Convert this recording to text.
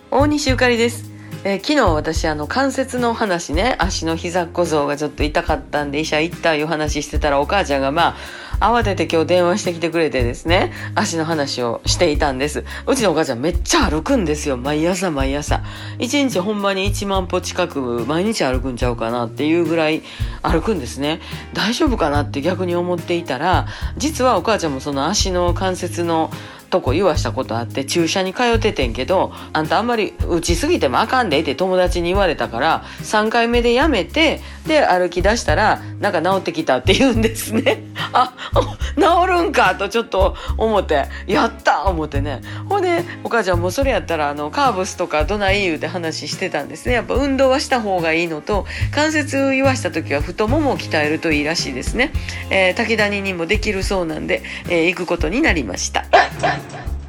大西ゆかりです。昨日私関節の話ね、足の膝小僧がちょっと痛かったんで医者行ったいう話してたら、お母ちゃんが慌てて今日電話してきてくれてですね、足の話をしていたんです。うちのお母ちゃんめっちゃ歩くんですよ。毎朝1日ほんまに1万歩近く毎日歩くんちゃうかなっていうぐらい歩くんですね。大丈夫かなって逆に思っていたら、実はお母ちゃんもその足の関節のとこ言わしたことあって、注射に通っててんけど、あんたあんまり打ちすぎてもあかんでって友達に言われたから、3回目でやめて、で歩き出したらなんか治ってきたって言うんですね。治るんかとちょっと思って、やった思ってね。ほんでお母ちゃんもそれやったらカーブスとかどない言うて話してたんですね。やっぱ運動はした方がいいのと、関節言わした時は太ももを鍛えるといいらしいですね。滝谷にもできるそうなんで、行くことになりました。